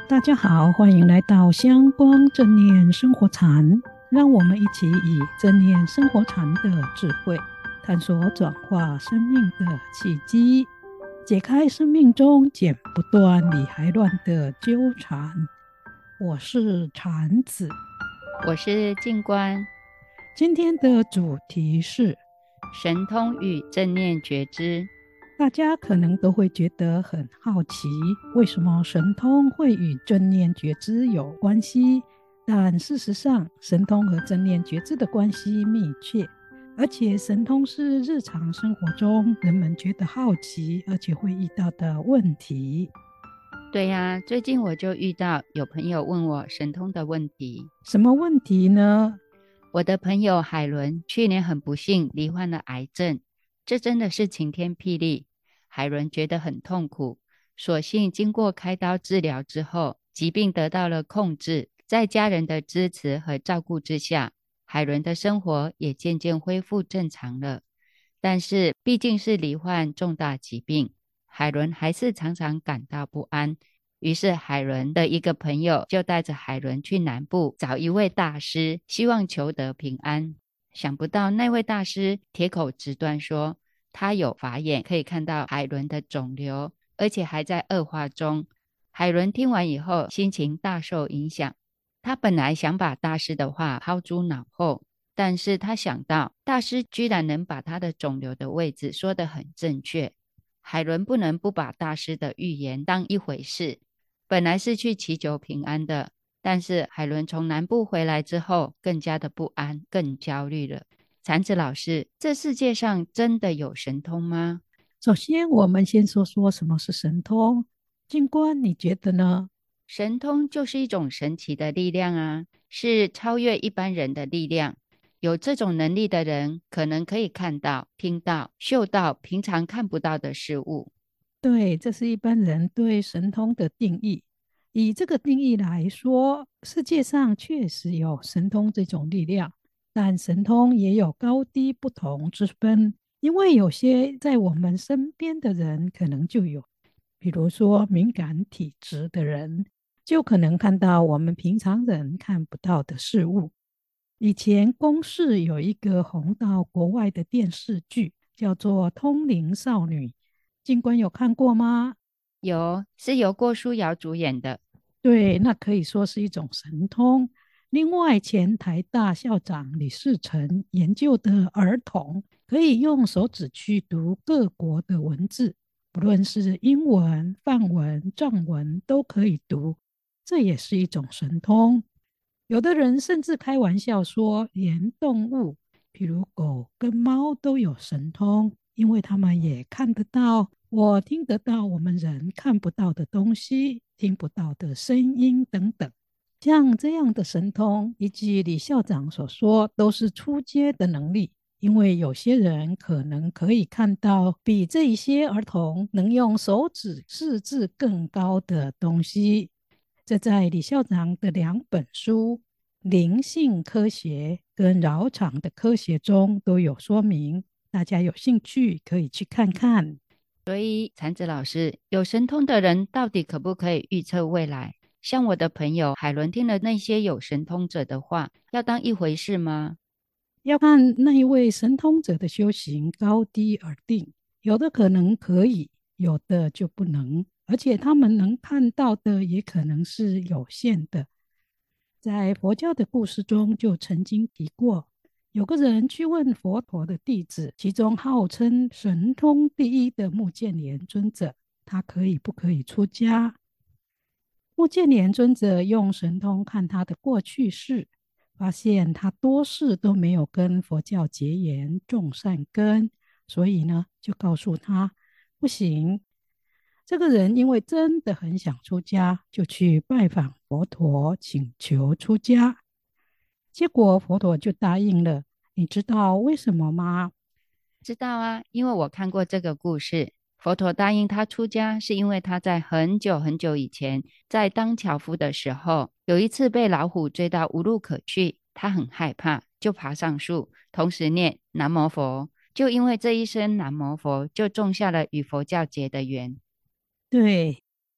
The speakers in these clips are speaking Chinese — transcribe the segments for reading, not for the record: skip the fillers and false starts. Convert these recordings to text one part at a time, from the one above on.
大家好，欢迎来到香光正念生活禅，让我们一起以正念生活禅的智慧，探索转化生命的契机，解开生命中剪不断理还乱的纠缠。我是禅子， 我是静观。 今天的主题是神通与正念觉知。 大家可能都会觉得很好奇，为什么神通会与正念觉知有关系？但事实上，神通和正念觉知的关系密切，而且神通是日常生活中人们觉得好奇，而且会遇到的问题。 对呀，最近我就遇到有朋友问我神通的问题。 什么问题呢？ 我的朋友海伦去年很不幸罹患了癌症，这真的是晴天霹雳。海伦觉得很痛苦，所幸经过开刀治疗之后，疾病得到了控制，在家人的支持和照顾之下，海伦的生活也渐渐恢复正常了。但是毕竟是罹患重大疾病，海伦还是常常感到不安。于是海伦的一个朋友就带着海伦去南部找一位大师，希望求得平安。想不到那位大师铁口直断说，他有法眼可以看到海伦的肿瘤，而且还在恶化中。海伦听完以后，心情大受影响。他本来想把大师的话抛诸脑后，但是他想到大师居然能把他的肿瘤的位置说得很正确，海伦不能不把大师的预言当一回事。本来是去祈求平安的，但是海伦从南部回来之后，更加的不安，更焦虑了。禅子老师，这世界上真的有神通吗？ 首先，我们先说说什么是神通。静观，你觉得呢？ 神通就是一种神奇的力量啊，是超越一般人的力量。有这种能力的人，可能可以看到、听到、嗅到平常看不到的事物。 对，这是一般人对神通的定义。以这个定义来说，世界上确实有神通这种力量，但神通也有高低不同之分。因为有些在我们身边的人可能就有，比如说敏感体质的人，就可能看到我们平常人看不到的事物。以前公视有一个红到国外的电视剧，叫做《通灵少女》，静观有看过吗？ 有，是由郭书瑶主演的。 对，那可以说是一种神通。另外，前台大校长李世成研究的儿童可以用手指去读各国的文字，不论是英文、梵文、藏文都可以读，这也是一种神通。有的人甚至开玩笑说，连动物，譬如狗跟猫都有神通，因为它们也看得到，我听得到我们人看不到的东西，听不到的声音等等。像这样的神通，以及李校长所说，都是出阶的能力。因为有些人可能可以看到比这一些儿童能用手指识字更高的东西。这在李校长的两本书《灵性科学》跟《扰场的科学》中都有说明，大家有兴趣可以去看看。 所以，禅子老师，有神通的人到底可不可以预测未来？像我的朋友海伦听了那些有神通者的话，要当一回事吗？ 要看那一位神通者的修行高低而定，有的可能可以，有的就不能，而且他们能看到的也可能是有限的。在佛教的故事中就曾经提过，有个人去问佛陀的弟子，其中号称神通第一的目犍连尊者，他可以不可以出家？目犍连尊者用神通看他的过去世，发现他多世都没有跟佛教结缘种善根，所以呢，就告诉他不行。这个人因为真的很想出家，就去拜访佛陀，请求出家。结果佛陀就答应了。你知道为什么吗？ 知道啊，因为我看过这个故事。佛陀答应他出家，是因为他在很久很久以前，在当樵夫的时候，有一次被老虎追到无路可去，他很害怕，就爬上树，同时念南无佛。就因为这一声南无佛，就种下了与佛教结的缘。 对，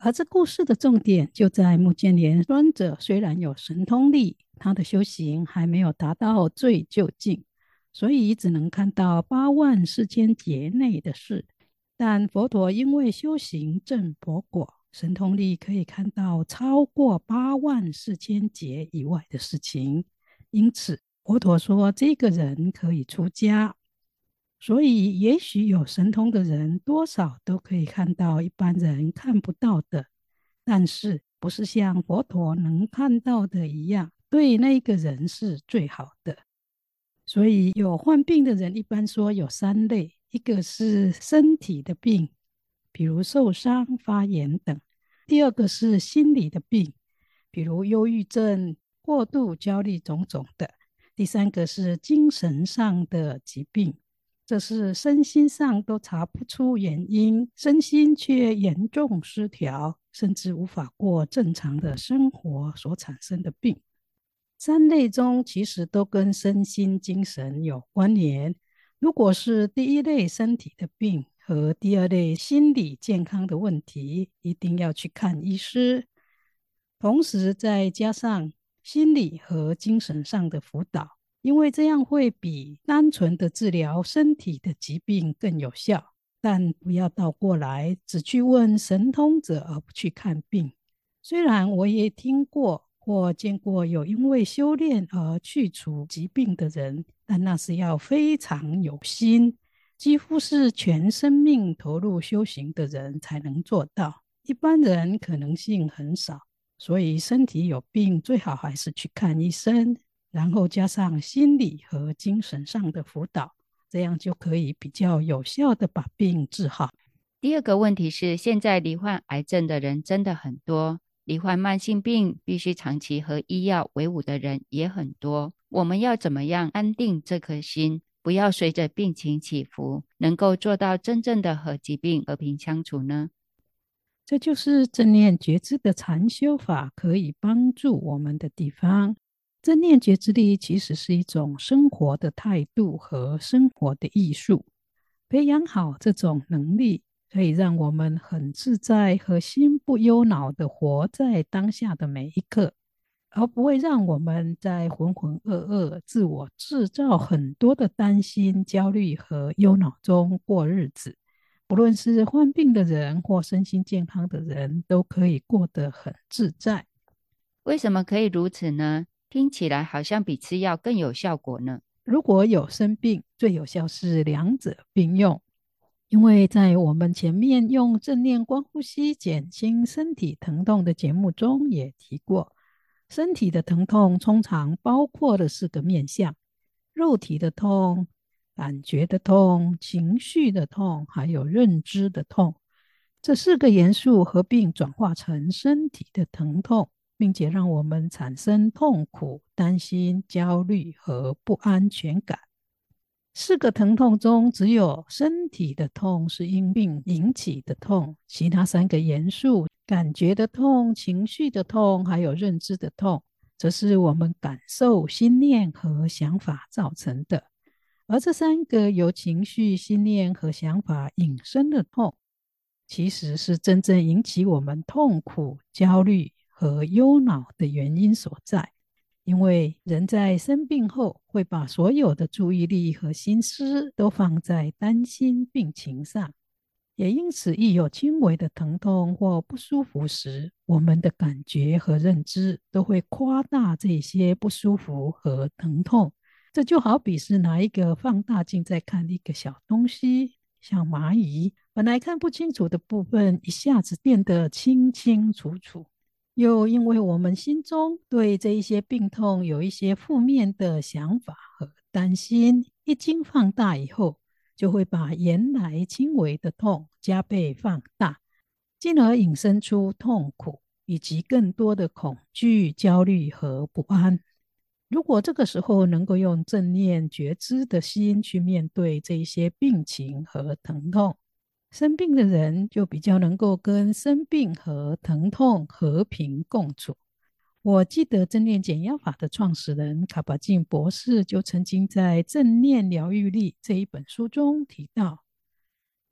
而这故事的重点就在目犍连尊者虽然有神通力，他的修行还没有达到最究竟，所以只能看到84000劫内的事。但佛陀因为修行证佛果，神通力可以看到超过84000劫以外的事情，因此佛陀说这个人可以出家。所以也许有神通的人多少都可以看到一般人看不到的，但是不是像佛陀能看到的一样，对那个人是最好的。所以有患病的人一般说有3类，一个是身体的病，比如受伤、发炎等；第二个是心理的病，比如忧郁症、过度焦虑种种的；第三个是精神上的疾病，这是身心上都查不出原因，身心却严重失调，甚至无法过正常的生活所产生的病。3类中其实都跟身心精神有关联。如果是第一类身体的病和第二类心理健康的问题，一定要去看医师，同时再加上心理和精神上的辅导，因为这样会比单纯的治疗身体的疾病更有效。但不要倒过来，只去问神通者而不去看病。虽然我也听过或见过有因为修炼而去除疾病的人，但那是要非常有心，几乎是全生命投入修行的人才能做到，一般人可能性很少。所以身体有病，最好还是去看医生，然后加上心理和精神上的辅导，这样就可以比较有效的把病治好。 第二个问题是，现在罹患癌症的人真的很多，罹患慢性病必须长期和医药为伍的人也很多。我们要怎么样安定这颗心，不要随着病情起伏，能够做到真正的和疾病和平相处呢？ 这就是正念觉知的禅修法可以帮助我们的地方。正念觉知力其实是一种生活的态度和生活的艺术。培养好这种能力，可以让我们很自在和心不忧恼地活在当下的每一刻，而不会让我们在浑浑噩噩、自我制造很多的担心、焦虑和忧恼中过日子。不论是患病的人或身心健康的人，都可以过得很自在。 为什么可以如此呢？听起来好像比吃药更有效果呢。 如果有生病，最有效是两者并用。因为在我们前面用正念观呼吸减轻身体疼痛的节目中也提过，身体的疼痛通常包括的4个面向：肉体的痛、感觉的痛、情绪的痛，还有认知的痛。这4个元素合并转化成身体的疼痛，并且让我们产生痛苦、担心、焦虑和不安全感。4个疼痛中，只有身体的痛是因病引起的痛，其他3个元素，感觉的痛、情绪的痛，还有认知的痛，则是我们感受、心念和想法造成的。而这3个由情绪、心念和想法引生的痛，其实是真正引起我们痛苦、焦虑和忧恼的原因所在。因为人在生病后，会把所有的注意力和心思都放在担心病情上，也因此，一有轻微的疼痛或不舒服时，我们的感觉和认知都会夸大这些不舒服和疼痛。这就好比是拿一个放大镜在看一个小东西，像蚂蚁，本来看不清楚的部分，一下子变得清清楚楚。又因为我们心中对这一些病痛有一些负面的想法和担心，一经放大以后，就会把原来轻微的痛加倍放大，进而引申出痛苦以及更多的恐惧、焦虑和不安。如果这个时候能够用正念觉知的心去面对这一些病情和疼痛，生病的人就比较能够跟生病和疼痛和平共处。我记得正念减压法的创始人卡巴金博士就曾经在《正念疗愈力》这一本书中提到，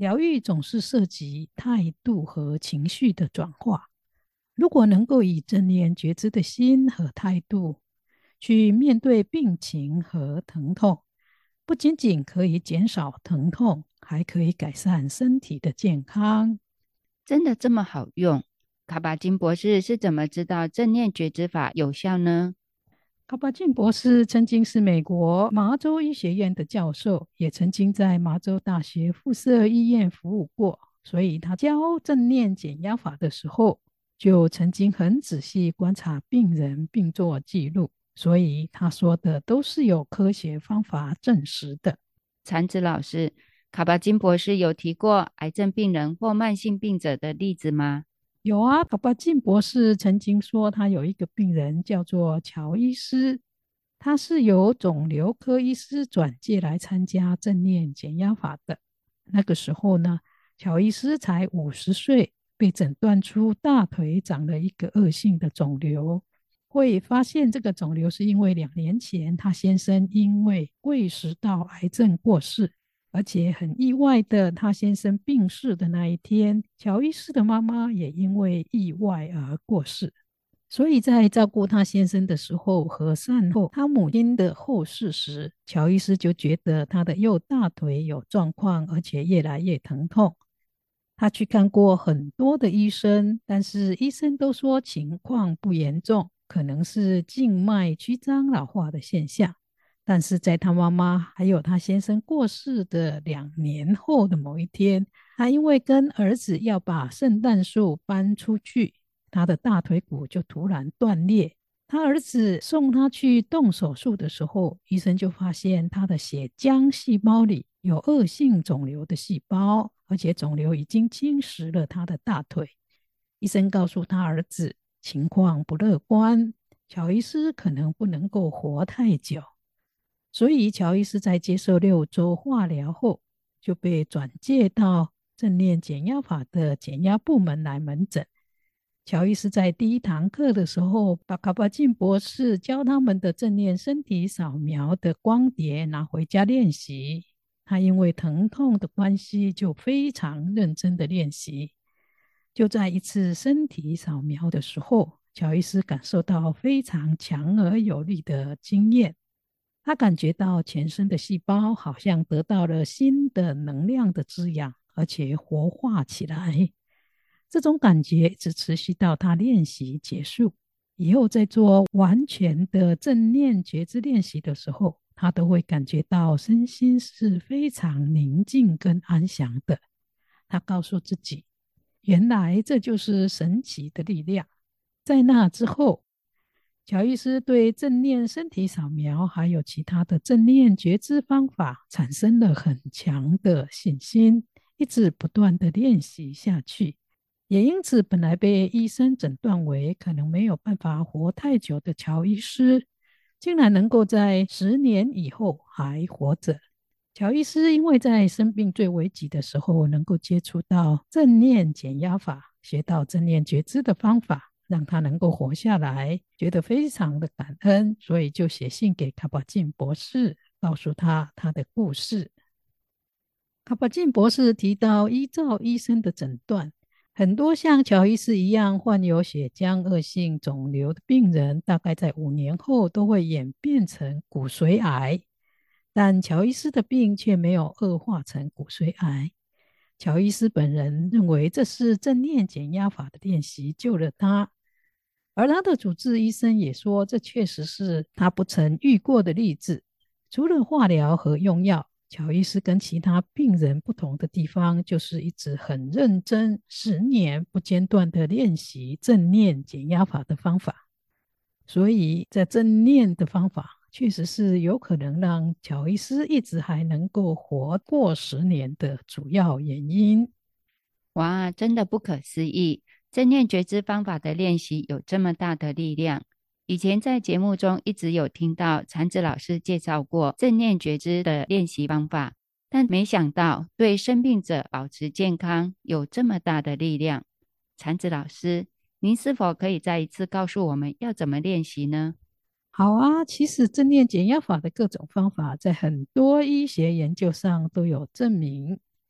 疗愈总是涉及态度和情绪的转化。如果能够以正念觉知的心和态度去面对病情和疼痛，不仅仅可以减少疼痛，还可以改善身体的健康。 真的这么好用？卡巴金博士是怎么知道正念觉知法有效呢？ 卡巴金博士曾经是美国麻州医学院的教授，也曾经在麻州大学附设医院服务过，所以他教正念减压法的时候，就曾经很仔细观察病人并做记录，所以他说的都是有科学方法证实的。 禅子老师，卡巴金博士有提过癌症病人或慢性病者的例子吗？ 有啊，卡巴金博士曾经说，他有一个病人叫做乔医师，他是由肿瘤科医师转介来参加正念减压法的。那个时候呢，乔医师才50岁，被诊断出大腿长了一个恶性的肿瘤。会发现这个肿瘤是因为2年前他先生因为胃食道癌症过世。而且很意外的，他先生病逝的那一天，乔医师的妈妈也因为意外而过世。所以在照顾他先生的时候和善后他母亲的后事时，乔医师就觉得他的右大腿有状况，而且越来越疼痛。他去看过很多的医生，但是医生都说情况不严重，可能是静脉曲张老化的现象。但是在他妈妈还有他先生过世的2年后的某一天，他因为跟儿子要把圣诞树搬出去，他的大腿骨就突然断裂。他儿子送他去动手术的时候，医生就发现他的血浆细胞里有恶性肿瘤的细胞，而且肿瘤已经侵蚀了他的大腿。医生告诉他儿子，情况不乐观，乔医师可能不能够活太久。所以乔伊斯在接受6周化疗后，就被转介到正念减压法的减压部门来门诊。乔伊斯在第一堂课的时候，把卡巴金博士教他们的正念身体扫描的光碟拿回家练习。他因为疼痛的关系，就非常认真的练习。就在一次身体扫描的时候，乔伊斯感受到非常强而有力的经验。他感觉到全身的细胞好像得到了新的能量的滋养，而且活化起来。这种感觉一直持续到他练习结束。以后在做完全的正念觉知练习的时候，他都会感觉到身心是非常宁静跟安详的。他告诉自己，原来这就是神奇的力量。在那之后，乔医师对正念身体扫描还有其他的正念觉知方法产生了很强的信心，一直不断的练习下去。也因此，本来被医生诊断为可能没有办法活太久的乔医师，竟然能够在10年以后还活着。乔医师因为在生病最危急的时候，能够接触到正念减压法，学到正念觉知的方法，让他能够活下来，觉得非常的感恩，所以就写信给卡巴金博士，告诉他的故事。卡巴金博士提到，依照医生的诊断，很多像乔医师一样患有血浆恶性肿瘤的病人，大概在5年后都会演变成骨髓癌。但乔医师的病却没有恶化成骨髓癌。乔医师本人认为这是正念减压法的练习救了他，而他的主治医生也说，这确实是他不曾遇过的例子。除了化疗和用药，乔医师跟其他病人不同的地方，就是一直很认真10年不间断的练习正念减压法的方法。所以在正念的方法确实是有可能让乔医师一直还能够活过10年的主要原因。 哇，真的不可思议！正念觉知方法的练习有这么大的力量。以前在节目中一直有听到禅子老师介绍过正念觉知的练习方法，但没想到对生病者保持健康有这么大的力量。禅子老师，您是否可以再一次告诉我们要怎么练习呢？ 好啊，其实正念减压法的各种方法在很多医学研究上都有证明。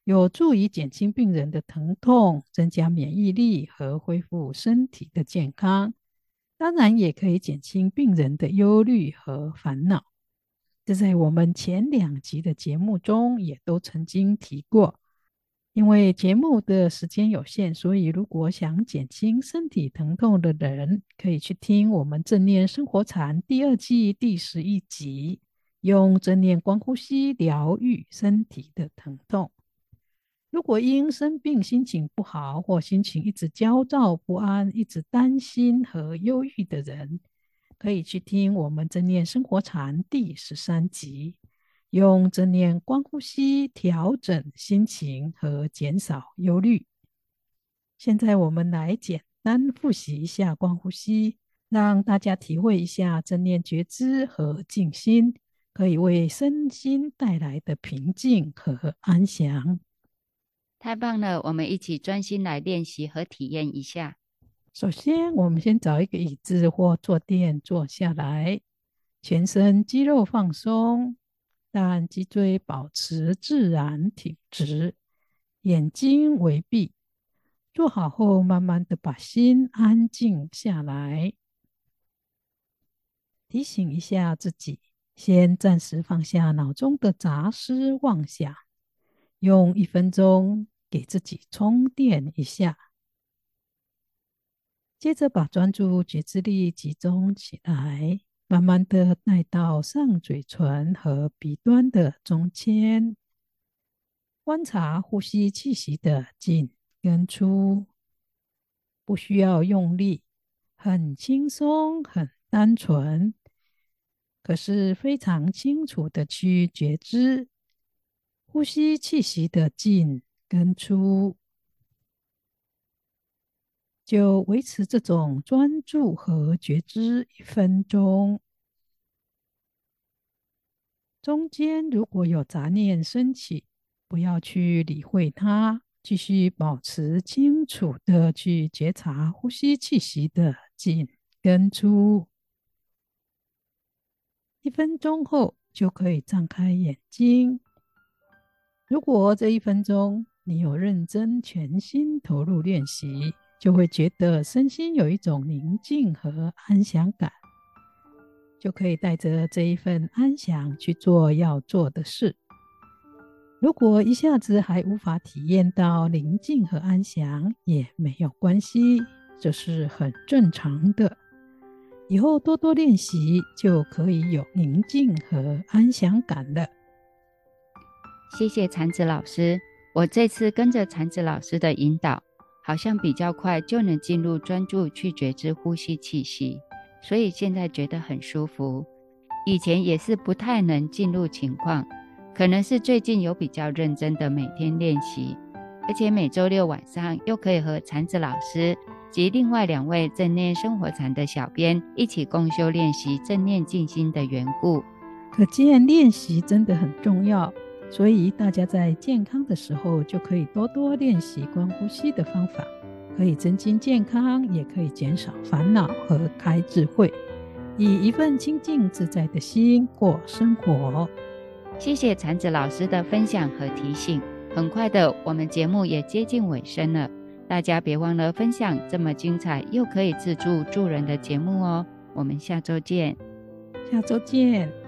有助于减轻病人的疼痛，增加免疫力和恢复身体的健康。当然也可以减轻病人的忧虑和烦恼。这在我们前2集的节目中也都曾经提过。因为节目的时间有限，所以如果想减轻身体疼痛的人，可以去听我们正念生活禅第2季第11集，用正念观呼吸疗愈身体的疼痛。如果因生病心情不好，或心情一直焦躁不安，一直担心和忧郁的人，可以去听我们正念生活禅第13集，用正念观呼吸调整心情和减少忧虑。现在我们来简单复习一下观呼吸，让大家体会一下正念觉知和静心可以为身心带来的平静和安详。 太棒了，我们一起专心来练习和体验一下。 首先，我们先找一个椅子或坐垫坐下来，全身肌肉放松，但脊椎保持自然挺直，眼睛微闭。坐好后，慢慢的把心安静下来。提醒一下自己，先暂时放下脑中的杂思妄想，用1分钟给自己充电一下。接着把专注觉知力集中起来，慢慢的带到上嘴唇和鼻端的中间，观察呼吸气息的进跟出，不需要用力，很轻松，很单纯，可是非常清楚的去觉知呼吸气息的进跟出。就维持这种专注和觉知1分钟。中间如果有杂念升起，不要去理会它，继续保持清楚的去觉察呼吸气息的进跟出。1分钟后就可以张开眼睛。如果这1分钟你有认真全心投入练习，就会觉得身心有一种宁静和安详感，就可以带着这一份安详去做要做的事。如果一下子还无法体验到宁静和安详，也没有关系，这是很正常的。以后多多练习，就可以有宁静和安详感了。 谢谢禅子老师，我这次跟着禅子老师的引导，好像比较快就能进入专注去觉知呼吸气息，所以现在觉得很舒服。以前也是不太能进入情况，可能是最近有比较认真的每天练习，而且每周6晚上又可以和禅子老师及另外2位正念生活禅的小编一起共修练习正念静心的缘故。 可见练习真的很重要，所以大家在健康的时候就可以多多练习观呼吸的方法，可以增进健康，也可以减少烦恼和开智慧，以一份清净自在的心过生活。 谢谢禅子老师的分享和提醒。很快的，我们节目也接近尾声了，大家别忘了分享这么精彩又可以自助助人的节目哦。我们下周见。 下周见。